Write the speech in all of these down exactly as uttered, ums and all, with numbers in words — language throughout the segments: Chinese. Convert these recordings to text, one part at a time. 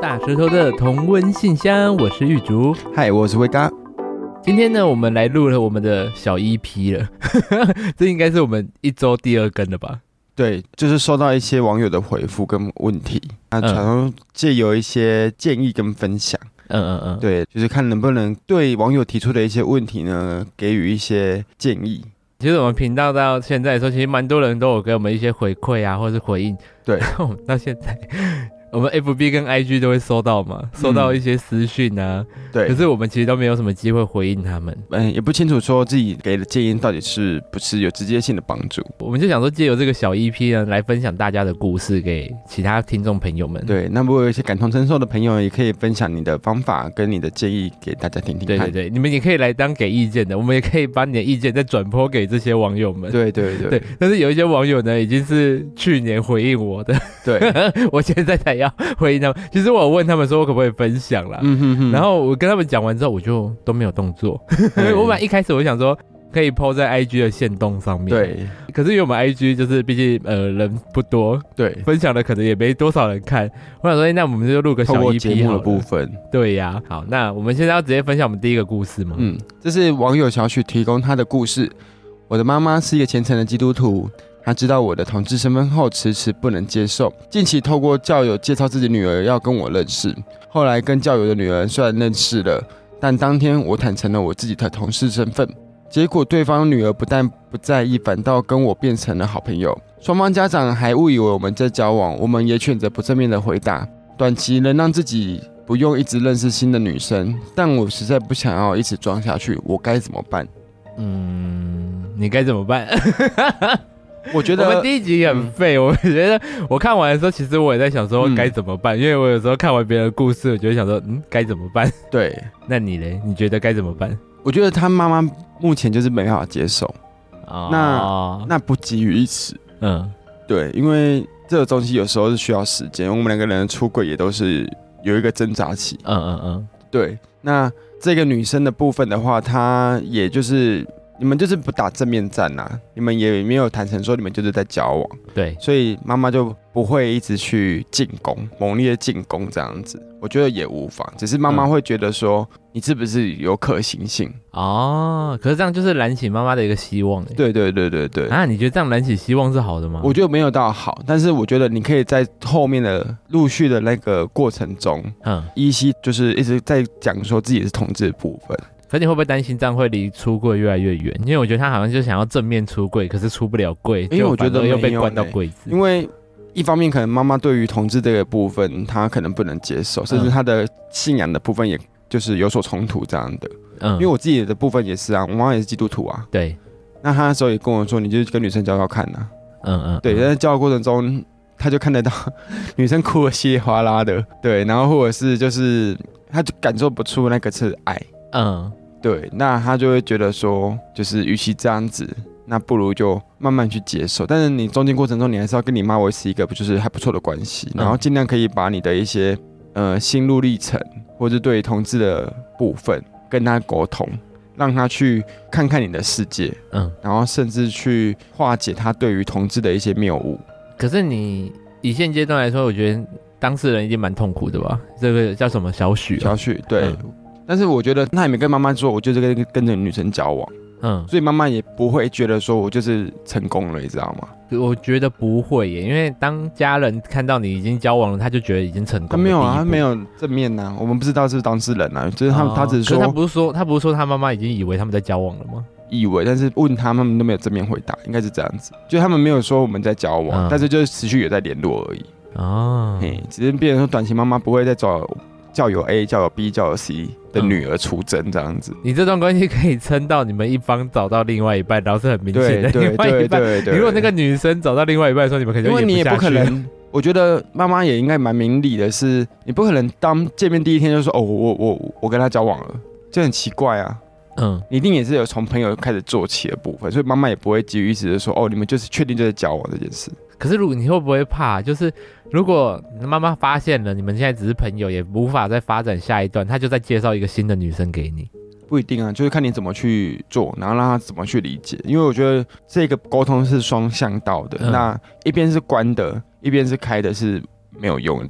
大舌头的同温信箱，我是玉竹。 嗨，我是威嘎。 今天呢，我们来录了我们的小 E P 了，这应该是我们一周第二更了吧？ 对，就是收到一些网友的回复跟问题，那想要借由一些建议跟分享。嗯嗯嗯，对，就是看能不能对网友提出的一些问题呢，给予一些建议。 其实我们频道到现在的时候，其实蛮多人都有给我们一些回馈啊，或是回应。 对， 到现在我们 F B 跟 I G 都会收到嘛，收到一些私讯啊、嗯，对。可是我们其实都没有什么机会回应他们， 嗯，也不清楚说自己给的建议到底是不是有直接性的帮助。 我们就想说借由这个小 E P 呢，来分享大家的故事给其他听众朋友们。 对，那如果有一些感同身受的朋友，也可以分享你的方法跟你的建议给大家听听看。 对对对，你们也可以来当给意见的，我们也可以把你的意见再转播给这些网友们。 对对 对, 对， 但是有一些网友呢，已经是去年回应我的，对，我现在才要回应他们。其实我有问他们说我可不可以分享啦、嗯、哼哼，然后我跟他们讲完之后，我就都没有动作。我本来一开始我想说可以 po 在 I G 的限动上面，对，可是因为我们 I G 就是毕竟呃人不多，对，分享的可能也没多少人看。我想说，欸、那我们就录个小 E P 好了， 的部分。 对呀、啊，好，那我们现在要直接分享我们第一个故事吗？ 嗯，这是网友小许提供他的故事。我的妈妈是一个虔诚的基督徒。他知道我的同志身份后，迟迟不能接受。近期透过教友介绍自己女儿要跟我认识，后来跟教友的女儿虽然认识了，但当天我坦诚了我自己的同志身份，结果对方女儿不但不在意，反倒跟我变成了好朋友。双方家长还误以为我们在交往，我们也选择不正面的回答，短期能让自己不用一直认识新的女生，但我实在不想要一直装下去，我该怎么办？ 嗯，你该怎么办？ 我觉得我们第一集很废、嗯，我觉得我看完的时候，其实我也在想说该怎么办、嗯，因为我有时候看完别人的故事，我就会想说，嗯，该怎么办？对，那你嘞？你觉得该怎么办？ 我觉得他妈妈目前就是没办法接受，哦、那那不急于一时，嗯，对，因为这个东西有时候是需要时间，我们两个人的出轨也都是有一个挣扎期，嗯嗯嗯，对，那这个女生的部分的话，她也就是。你们就是不打正面战呐、啊，你们也没有坦诚说你们就是在交往，对，所以妈妈就不会一直去进攻，猛烈的进攻这样子，我觉得也无妨，只是妈妈会觉得说、嗯、你是不是有可行性哦？可是这样就是燃起妈妈的一个希望， 对对对对对啊，你觉得这样燃起希望是好的吗？ 我觉得没有到好，但是我觉得你可以在后面的陆续的那个过程中，嗯，依稀就是一直在讲说自己是同志的部分。 可你会不会担心这样会离出柜越来越远？因为我觉得他好像就想要正面出柜，可是出不了柜， 因为我觉得又被关到柜子。 因为一方面可能妈妈对于同志这个部分，她可能不能接受，甚至她的信仰的部分也就是有所衝突这样的。嗯，因为我自己的部分也是啊，我妈妈也是基督徒啊。对，那她那时候也跟我说，你就跟女生交交看啊。嗯嗯，对，在交往过程中，她就看得到女生哭得稀里哗啦的，对，然后或者是就是她就感受不出那个是爱。嗯。对，那他就会觉得说，就是与其这样子，那不如就慢慢去接受。但是你中间过程中，你还是要跟你妈维持一个就是还不错的关系，然后尽量可以把你的一些呃心路历程，或者对同志的部分跟他沟通，让他去看看你的世界，嗯，然后甚至去化解他对于同志的一些谬误。 可是你以现阶段来说，我觉得当事人一定蛮痛苦的吧？这个叫什么小许、啊？ 小许，对。嗯，但是我觉得他也没跟妈妈说，我就是跟跟着女生交往，嗯，所以妈妈也不会觉得说我就是成功了，你知道吗？ 我觉得不会耶，因为当家人看到你已经交往了，他就觉得已经成功了。 他没有啊，他没有正面啊，我们不知道是当事人啊，就是他、哦、他只是说， 可是他不是说他不是说他妈妈已经以为他们在交往了吗？ 以为，但是问他们都没有正面回答，应该是这样子，就他们没有说我们在交往，嗯、但是就是持续有在联络而已。哦，嘿，只是变成说短期妈妈不会再找教友 A、教友 B、教友 C 的女儿出征这样子、嗯。 你这段关系可以撑到你们一方找到另外一半，然后是很明显的另外一半。对对 对, 对。如果那个女生找到另外一半的时候，你们可能就演不下去。因为你也不可能， 我觉得妈妈也应该蛮明理的是，你不可能当见面第一天就说哦，我我我我跟他交往了，就很奇怪啊。嗯，你一定也是有从朋友开始做起的部分，所以妈妈也不会急于一时的说哦，你们就是确定就是交往这件事。 可是如果你会不会怕，就是如果妈妈发现了你们现在只是朋友，也无法再发展下一段，她就再介绍一个新的女生给你？ 不一定啊，就是看你怎么去做，然后让她怎么去理解。因为我觉得这个沟通是双向道的、嗯，那一边是关的，一边是开的，是没有用的。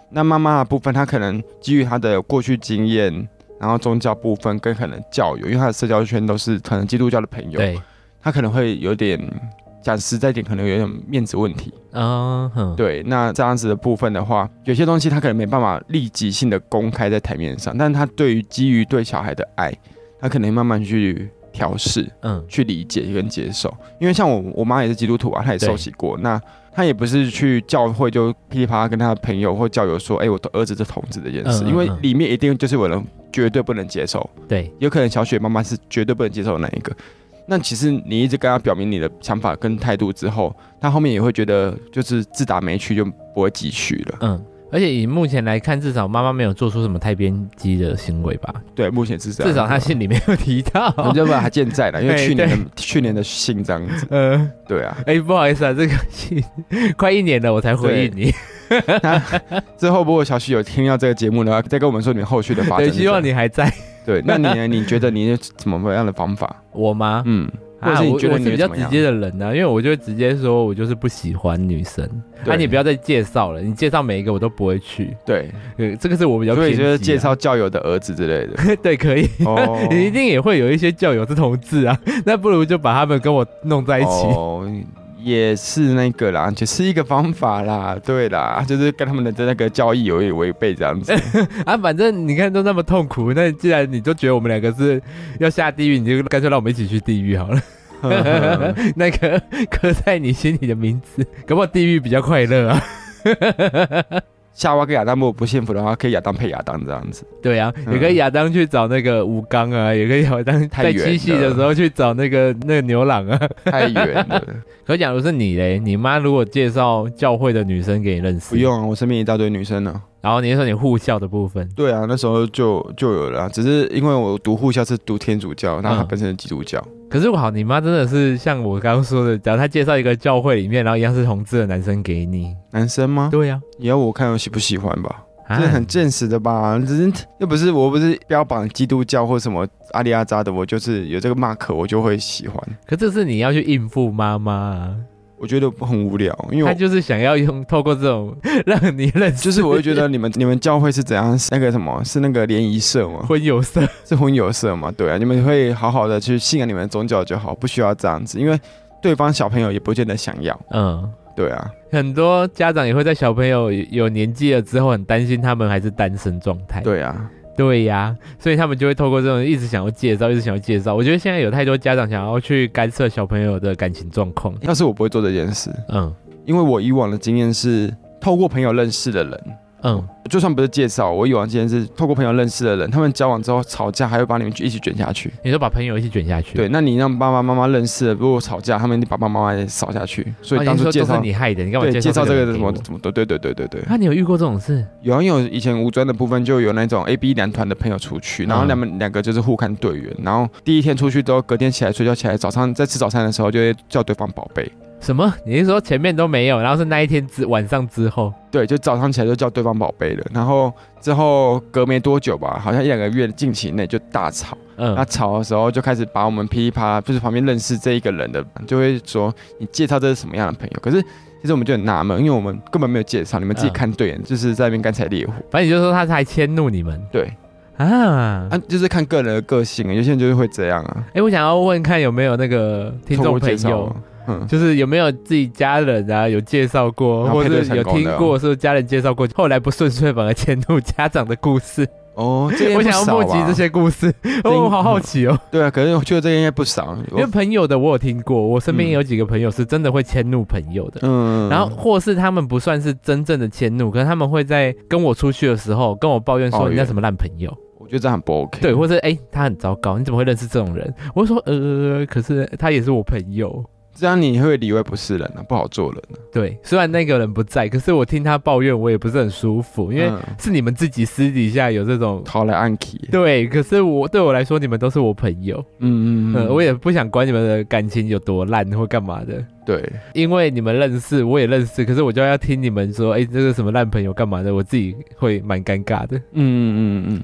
那妈妈的部分，她可能基于她的过去经验，然后宗教部分跟可能教友，因为她的社交圈都是可能基督教的朋友， 对， 她可能会有点讲实在点，可能有点面子问题。嗯、uh, ，对，那这样子的部分的话，有些东西她可能没办法立即性的公开在台面上，但是她对于基于对小孩的爱，她可能慢慢去调试，嗯，去理解跟接受。因为像我，我妈也是基督徒啊，她也受洗过，那她也不是去教会就噼里啪啦跟她的朋友或教友说，哎、欸，我的儿子是同志这件事、嗯，因为里面一定就是有人绝对不能接受， 对， 有可能小雪妈妈是绝对不能接受的那一个。那其实你一直跟她表明你的想法跟态度之后，她后面也会觉得就是自打没趣，就不会继续了。嗯。 而且以目前来看，至少妈妈没有做出什么太边激的行为吧？ 对，目前是这样。 至少她信里没有提到， 我就把她健在了，因为去年的去年的信这样子。嗯，对啊。 哎、欸，不好意思啊，这个信快一年了，我才回应你。 之后如果小许有听到这个节目的话，再跟我们说你们后续的发展。 对，希望你还在。 对，那你呢？你觉得你是怎么样的方法？ 我吗？嗯。 或者是你觉得你我是比较直接的人呢、啊，因为我就会直接说，我就是不喜欢女生。那、啊、你不要再介绍了，你介绍每一个我都不会去。对，这个是我比较偏激、啊。 所以就是介绍教友的儿子之类的。 对，可以。哦、你一定也会有一些教友是同志啊，那不如就把他们跟我弄在一起。哦， 也是那个啦，就是一个方法啦，对啦，就是跟他们的那个教义有违背这样子啊。反正你看都那么痛苦，那既然你都觉得我们两个是要下地狱，你就干脆让我们一起去地狱好了。那个刻在你心里的名字，搞不好地狱比较快乐啊。 夏娃跟亚当如果不幸福的话，可以亚当配亚当这样子。 对啊，也可以亚当去找那个吴刚啊，也可以亚当在七夕的时候去找那个那个牛郎啊。 太远了。 可假如是你嘞，你妈如果介绍教会的女生给你认识， 不用啊，我身边一大堆女生呢、啊。 然后你说你护校的部分， 对啊，那时候就就有了、啊，只是因为我读护校是读天主教，然后它本身是基督教。嗯、 可是我好，你妈真的是像我刚刚说的，假如她介绍一个教会里面，然后一样是同志的男生给你， 男生吗？ 对呀、啊， 也要我看我喜不喜欢吧。这是很现实的吧？只是又不是我不是标榜基督教或什么阿里阿扎的，我就是有这个 mark 我就会喜欢。 可这是你要去应付妈妈啊。 我觉得很无聊，因为他就是想要用透过这种让你认识， 就是我会觉得你们你们教会是怎样？那个什么是那个联谊社吗？ 婚友社是婚友社吗？对啊，你们会好好的去信仰你们的宗教就好，不需要这样子，因为对方小朋友也不见得想要。嗯，对啊， 很多家长也会在小朋友有年纪了之后，很担心他们还是单身状态。 对啊。 对呀、啊，所以他们就会透过这种一直想要介绍，一直想要介绍。我觉得现在有太多家长想要去干涉小朋友的感情状况， 但是我不会做这件事。嗯，因为我以往的经验是透过朋友认识的人。嗯，就算不是介绍，我以往经验是透过朋友认识的人，他们交往之后吵架，还会把你们一起卷下去。 你说把朋友一起卷下去？ 对，那你让爸爸妈妈认识了，如果吵架，他们把爸爸妈妈也扫下去。所以当初介绍、 哦、是你害的，你干嘛介绍这个什么什么的？对对对对对。 那、啊、你有遇过这种事？ 有啊，因为以前五专的部分就有那种 A、B 两团的朋友出去，然后他们两个就是互看队员，然后第一天出去之后，隔天起来睡觉起来，早上在吃早餐的时候就会叫对方宝贝。 什么？你是说前面都没有，然后是那一天之晚上之后？ 对，就早上起来就叫对方宝贝了，然后之后隔没多久吧，好像一两个月近期内就大吵。嗯，那吵的时候就开始把我们噼里啪啦，就是旁边认识这一个人的，就会说你介绍这是什么样的朋友？可是其实我们就很纳闷，因为我们根本没有介绍，你们自己看对眼，嗯、就是在那边干柴烈火。 反正你就说他才迁怒你们。 对。啊，啊，就是看个人的个性，有些人就是会这样啊。 哎、欸，我想要问看有没有那个听众朋友。嗯，就是有没有自己家人啊有介绍过，或者有听过是家人介绍过，后来不顺遂反而迁怒家长的故事？哦，这我想要募集这些故事，哦，我好好奇哦。 对啊，可是我觉得这应该不少， 因为朋友的我有听过，我身边也有几个朋友是真的会迁怒朋友的，嗯，然后或是他们不算是真正的迁怒，可是他们会在跟我出去的时候跟我抱怨说你那什么烂朋友。 我觉得这很不 OK。 对，或者哎、欸、他很糟糕，你怎么会认识这种人？我就说呃，可是他也是我朋友。 这样你会理为不是人啊，不好做人啊。 对，虽然那个人不在，可是我听他抱怨，我也不是很舒服，因为是你们自己私底下有这种讨来暗去。 对，可是我对我来说，你们都是我朋友，嗯嗯 嗯, 嗯，我也不想管你们的感情有多烂或干嘛的。 对， 因为你们认识，我也认识，可是我就要听你们说，哎、欸，这个什么烂朋友干嘛的，我自己会蛮尴尬的。嗯嗯嗯嗯。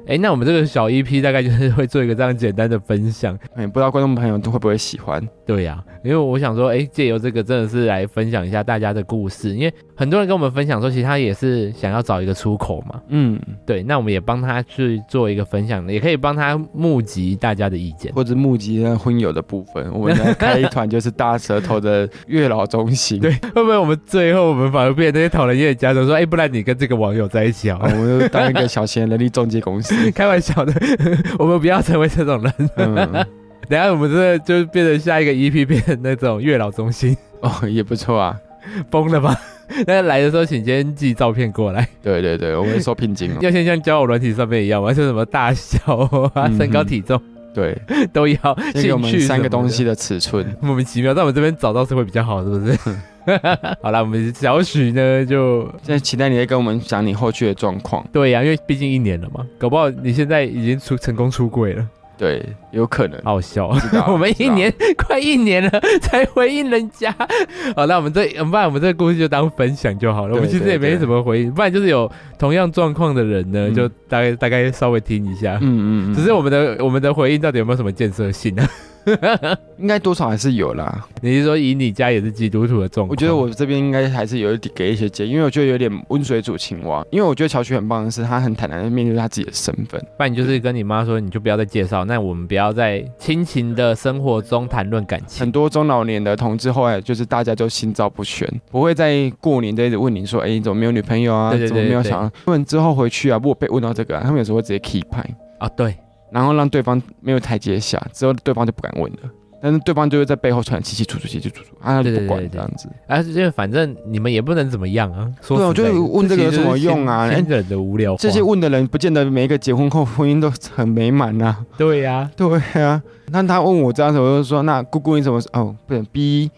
哎，那我们这个小 E P 大概就是会做一个这样简单的分享， 哎，不知道观众朋友会不会喜欢？ 对呀、啊，因为我想说，哎，借由这个真的是来分享一下大家的故事，因为很多人跟我们分享说，其实他也是想要找一个出口嘛，嗯，对，那我们也帮他去做一个分享，也可以帮他募集大家的意见， 或者募集那婚友的部分，我们来开一团就是大舌头的月老中心， 对，会不会我们最后我们反而变成那些讨人厌的家长说，哎，不然你跟这个网友在一起好了， 我们就当一个小型人力中介公司。 开玩笑的，我们不要成为这种人。嗯、等一下我们真的就变成下一个 E P 变成那种月老中心哦，也不错啊， 疯了吧？那来的时候请先寄照片过来。 对对对，我会收聘金、哦。 要先像交友软体上面一样吗？就什么大小啊、嗯、身高体重， 对， 都要。 先给我们三个东西的尺寸， 莫名其妙，在我们这边找到是会比较好，是不是？好啦，我们小许呢就现在期待你在跟我们讲你后续的状况。 对呀、啊，因为毕竟一年了嘛，搞不好你现在已经出成功出柜了。 对，有可能。 好笑，我们一年快一年了才回应人家。好，那我们这不然我们这个故事就当分享就好了。我们其实也没什么回应，不然就是有同样状况的人呢，嗯、就大概大概稍微听一下。嗯嗯嗯。只是我们的我们的回应到底有没有什么建设性呢、啊？ 应该多少还是有啦。 你是说以你家也是基督徒的状况？ 我觉得我这边应该还是有给一些建议，因为我觉得有点温水煮青蛙。因为我觉得小许很棒的是，他很坦然的面对他自己的身份。 不然你就是跟你妈说，你就不要再介绍，那我们不要在亲情的生活中谈论感情。 很多中老年的同志后来就是大家就心照不宣，不会在过年一直问你说，哎、欸，你怎么没有女朋友啊？对对对对，怎么没有想要？问之后回去啊，如果被问到这个、啊，他们有时候会直接 keep 牌啊，对， 然后让对方没有台阶下，之后对方就不敢问了。但是对方就会在背后传七七楚楚七七楚楚，啊，他就不管这样子。 啊，因为反正你们也不能怎么样啊。说对，我就问这个有什么用啊？ 天人的无聊话。 这些问的人不见得每一个结婚后婚姻都很美满呐、啊。 对呀、啊， 对呀、啊。那他问我这样子，我就说那姑姑你怎么哦不能逼。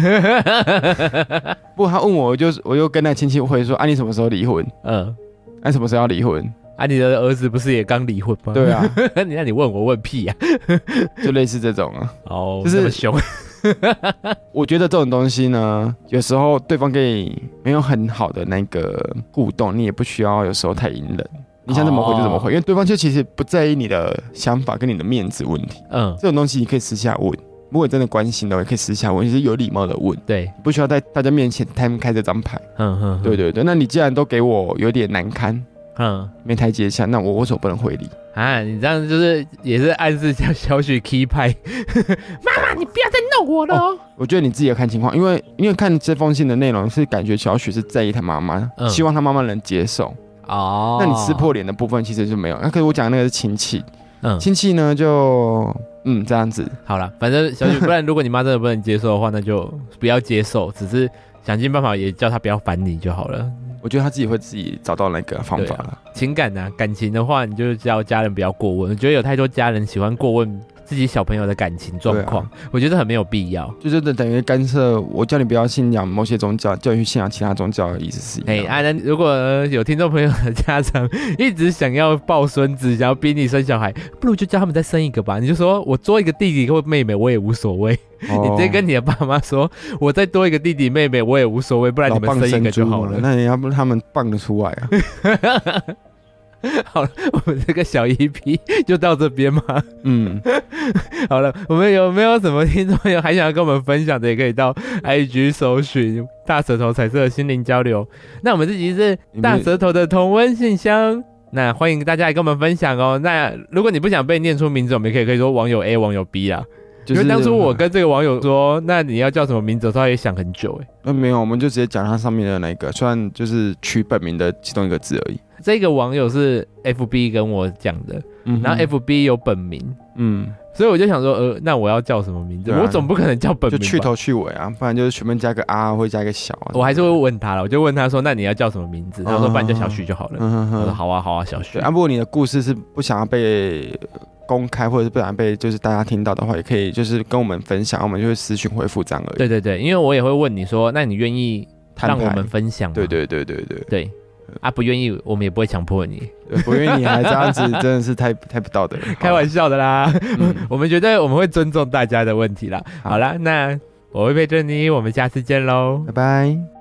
不过他问我，我就我就跟那亲戚会说啊，你什么时候离婚？嗯，那、啊、什么时候要离婚？ 啊，你的儿子不是也刚离婚吗？ 对啊， 你那你问我问屁呀、 啊，就类似这种啊。 哦， 就是这么凶。 我觉得这种东西呢，有时候对方可以没有很好的那个互动，你也不需要有时候太隐忍。你想怎么回就怎么回，哦、因为对方就其实不在意你的想法跟你的面子问题。嗯，这种东西你可以私下问。如果你真的关心的话，也可以私下问，就是有礼貌的问， 对， 不需要在大家面前摊开这张牌。嗯嗯，对对对。那你既然都给我有点难堪。嗯，没台阶下，那我为什么不能回礼啊？你这样就是也是暗示叫小许 key 派，妈妈，你不要再弄我了、哦哦。我觉得你自己要看情况，因为因为看这封信的内容是感觉小许是在意他妈妈，嗯、希望他妈妈能接受。哦，那你撕破脸的部分其实就没有。那可是我讲的那个是亲戚，嗯，亲戚呢就嗯这样子。 好了，反正小许，不然如果你妈真的不能接受的话，那就不要接受，只是想尽办法也叫他不要烦你就好了。 我觉得他自己会自己找到那个方法了、啊。 情感啊，感情的话，你就叫家人不要过问。我觉得有太多家人喜欢过问自己小朋友的感情状况、啊，我觉得很没有必要。 就是等于干涉我叫你不要信仰某些宗教，叫你去信仰其他宗教的意思是一样的。 哎，啊，如果、呃、有听众朋友的家长一直想要抱孙子，想要逼你生小孩，不如就叫他们再生一个吧。你就说我多一个弟弟或妹妹，我也无所谓。哦、你直接跟你的爸妈说，我再多一个弟弟妹妹，我也无所谓，不然你们生一个就好了。 那你要不他们棒得出来啊？ 好了，我们这个小 E P 就到这边嘛。嗯，好了，我们有没有什么听众朋友还想要跟我们分享的，也可以到 I G 搜寻大舌头彩色的心灵交流。那我们这集是大舌头的同温信箱，那欢迎大家来跟我们分享哦。那如果你不想被念出名字，我们也可以可以说网友 A 网友 B 啦。因为当初我跟这个网友说，那你要叫什么名字，他也想很久哎。 那、呃、没有，我们就直接讲他上面的那个，虽然就是取本名的其中一个字而已。 这个网友是 F B 跟我讲的，嗯、然后 F B 有本名，嗯，所以我就想说，呃，那我要叫什么名字？啊、我总不可能叫本名吧， 就去头去尾啊，不然就是全面加个 R 或加一个小、啊。 我还是会问他了，我就问他说，那你要叫什么名字？他说，不然叫小许就好了。嗯、我说好啊，好啊，小许。 啊，如果你的故事是不想要被公开，或者是不想被就是大家听到的话，也可以就是跟我们分享，我们就会私讯回复这样而已。 对对对，因为我也会问你说，那你愿意让我们分享吗？ 对对对对对对。啊，不愿意，我们也不会强迫你。 不愿意你还这样子，真的是太太不道德了。 开玩笑的啦，嗯、我们觉得我们会尊重大家的问题啦。好, 好啦，那我会陪着你，我们下次见喽， 拜拜。